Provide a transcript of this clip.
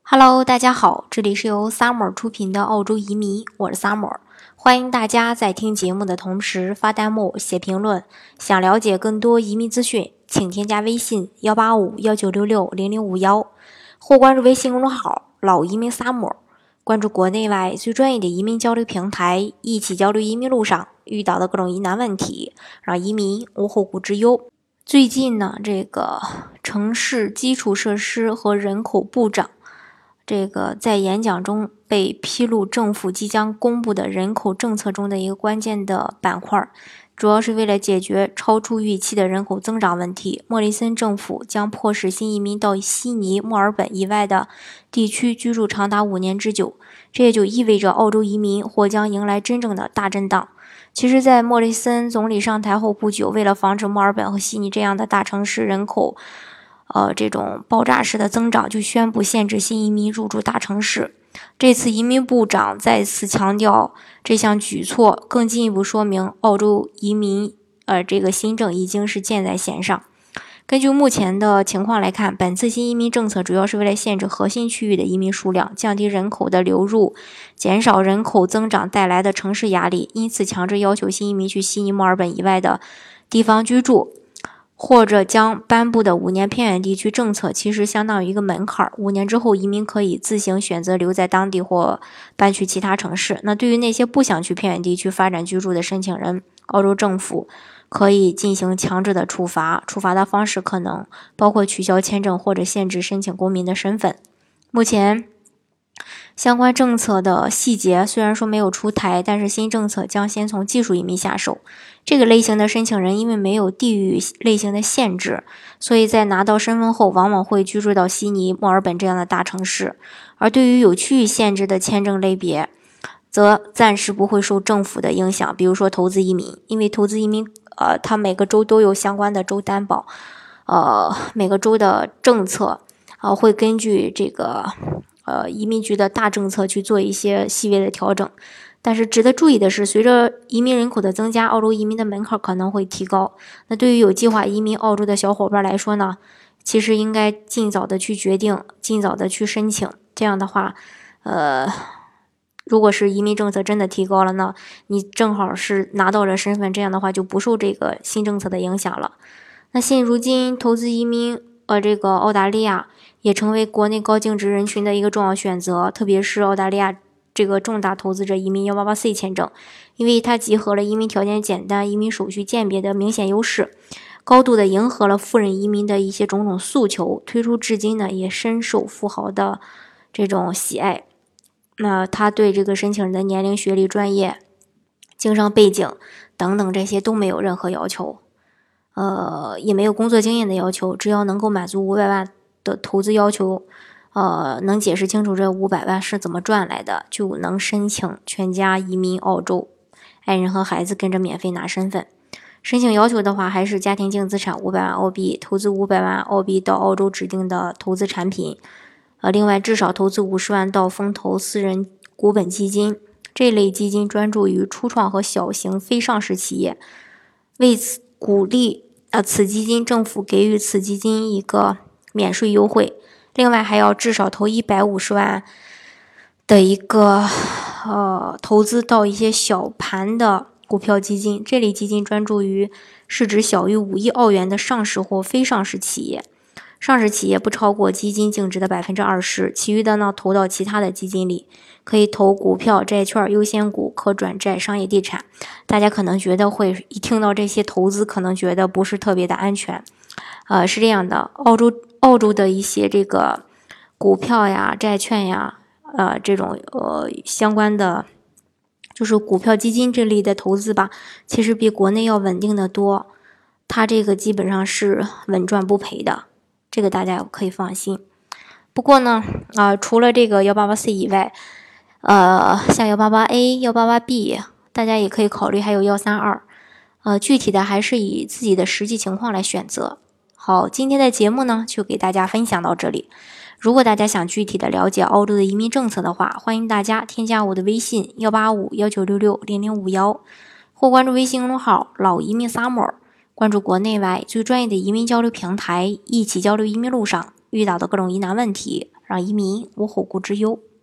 Hello，大家好，这里是由 Summer 出品的澳洲移民，我是 Summer，欢迎大家在听节目的同时发弹幕、写评论。想了解更多移民资讯，请添加微信18519660051，或关注微信公众号老移民 Summer， 关注国内外最专业的移民交流平台，一起交流移民路上遇到的各种疑难问题，让移民无后顾之忧。最近呢，这个城市基础设施和人口部长在演讲中被披露政府即将公布的人口政策中的一个关键的板块，主要是为了解决超出预期的人口增长问题。莫里森政府将迫使新移民到悉尼、墨尔本以外的地区居住长达5年之久，这也就意味着澳洲移民或将迎来真正的大震荡。其实在莫里森总理上台后不久，为了防止墨尔本和悉尼这样的大城市人口这种爆炸式的增长，就宣布限制新移民入住大城市。这次移民部长再次强调这项举措，更进一步说明澳洲移民这个新政已经是箭在弦上。根据目前的情况来看，本次新移民政策主要是为了限制核心区域的移民数量，降低人口的流入，减少人口增长带来的城市压力，因此强制要求新移民去悉尼、墨尔本以外的地方居住，或者将颁布的5年偏远地区政策其实相当于一个门槛，5年之后移民可以自行选择留在当地或搬去其他城市。那对于那些不想去偏远地区发展居住的申请人，澳洲政府可以进行强制的处罚，处罚的方式可能包括取消签证或者限制申请公民的身份。目前相关政策的细节虽然说没有出台，但是新政策将先从技术移民下手。这个类型的申请人因为没有地域类型的限制，所以在拿到身份后往往会居住到悉尼、墨尔本这样的大城市。而对于有区域限制的签证类别，则暂时不会受政府的影响，比如说投资移民，因为投资移民它每个州都有相关的州担保，每个州的政策会根据这个移民局的大政策去做一些细微的调整。但是值得注意的是，随着移民人口的增加，澳洲移民的门槛可能会提高。那对于有计划移民澳洲的小伙伴来说呢，其实应该尽早的去决定，尽早的去申请。这样的话，如果是移民政策真的提高了呢，你正好是拿到了身份，这样的话就不受这个新政策的影响了。那现如今投资移民这个澳大利亚也成为国内高净值人群的一个重要选择，特别是澳大利亚这个重大投资者移民 188C 签证，因为它集合了移民条件简单、移民手续鉴别的明显优势，高度的迎合了富人移民的一些种种诉求，推出至今呢也深受富豪的这种喜爱。那他对这个申请人的年龄、学历、专业、经商背景等等这些都没有任何要求，也没有工作经验的要求，只要能够满足500万的投资要求，能解释清楚这500万是怎么赚来的，就能申请全家移民澳洲，爱人和孩子跟着免费拿身份。申请要求的话，还是家庭净资产500万澳币，投资500万澳币到澳洲指定的投资产品，另外至少投资50万到风投私人股本基金，这类基金专注于初创和小型非上市企业，为此鼓励此基金，政府给予此基金一个免税优惠。另外还要至少投150万的一个投资到一些小盘的股票基金，这类基金专注于市值小于5亿澳元的上市或非上市企业，上市企业不超过基金净值的 20%， 其余的呢投到其他的基金里，可以投股票、债券、优先股、可转债、商业地产。大家可能觉得一听到这些投资可能觉得不是特别的安全，是这样的，澳洲的一些这个股票呀、债券呀，这种相关的就是股票基金这类的投资吧，其实比国内要稳定的多，它这个基本上是稳赚不赔的，这个大家可以放心。不过呢，除了这个 188C 以外，像 188A、188B， 大家也可以考虑，还有132，具体的还是以自己的实际情况来选择。好，今天的节目呢，就给大家分享到这里。如果大家想具体的了解澳洲的移民政策的话，欢迎大家添加我的微信18519660051，或关注微信公众号老移民 Summer， 关注国内外最专业的移民交流平台，一起交流移民路上遇到的各种疑难问题， 让移民无后顾之忧。